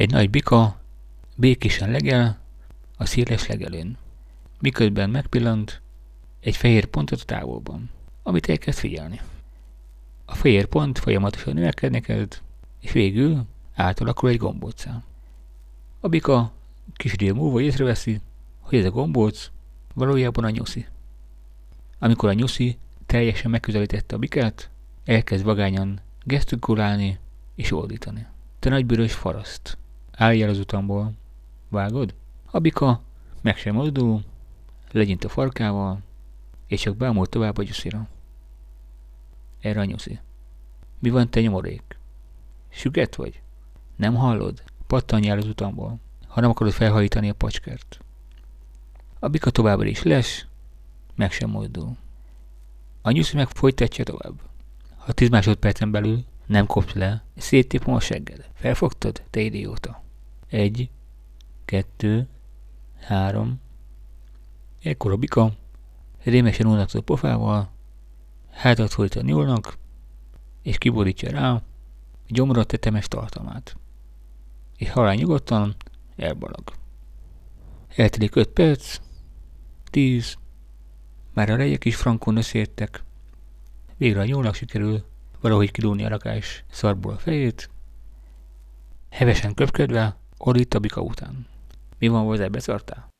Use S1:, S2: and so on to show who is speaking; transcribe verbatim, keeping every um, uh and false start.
S1: Egy nagy bika békésen legel a széles legelőn, miközben megpillant egy fehér pontot a távolban, amit elkezd figyelni. A fehér pont folyamatosan növekedni kezd, és végül átalakul egy gombóccá. A bika kis idő múlva észreveszi, hogy ez a gombóc valójában a nyuszi. Amikor a nyuszi teljesen megközelítette a bikát, elkezd vagányan gesztikulálni és ordítani. Te nagybőrös faraszt, állj el az utamból, vágod? A bika meg sem mozdul, legyint a farkával, és csak bámul tovább a nyuszira. Erre a nyuszi. Mi van, te nyomorék? Süket vagy? Nem hallod? Pattanj el az utamból, ha nem akarod felhajítani a pacskert. A bika továbbra is les, meg sem mozdul. A nyuszi meg folytatja tovább. Ha tíz másodpercen belül nem kopsz le, széttépom a segged. Felfogtad, te idióta? Egy, kettő, három. Ekkor a bika rémesen unnatott pofával hátat folyt a nyúlnak, és kiborítja rá a gyomra tetemes tartalmát. És halál nyugodtan elbalag. Eltelik öt perc, tíz, már a rejek is frankon összeértek. Végre a nyúlnak sikerül valahogy kilúni a rakás szarból a fejét. Hevesen köpködve ordít a bika után. Mi van, hozzá beszartál?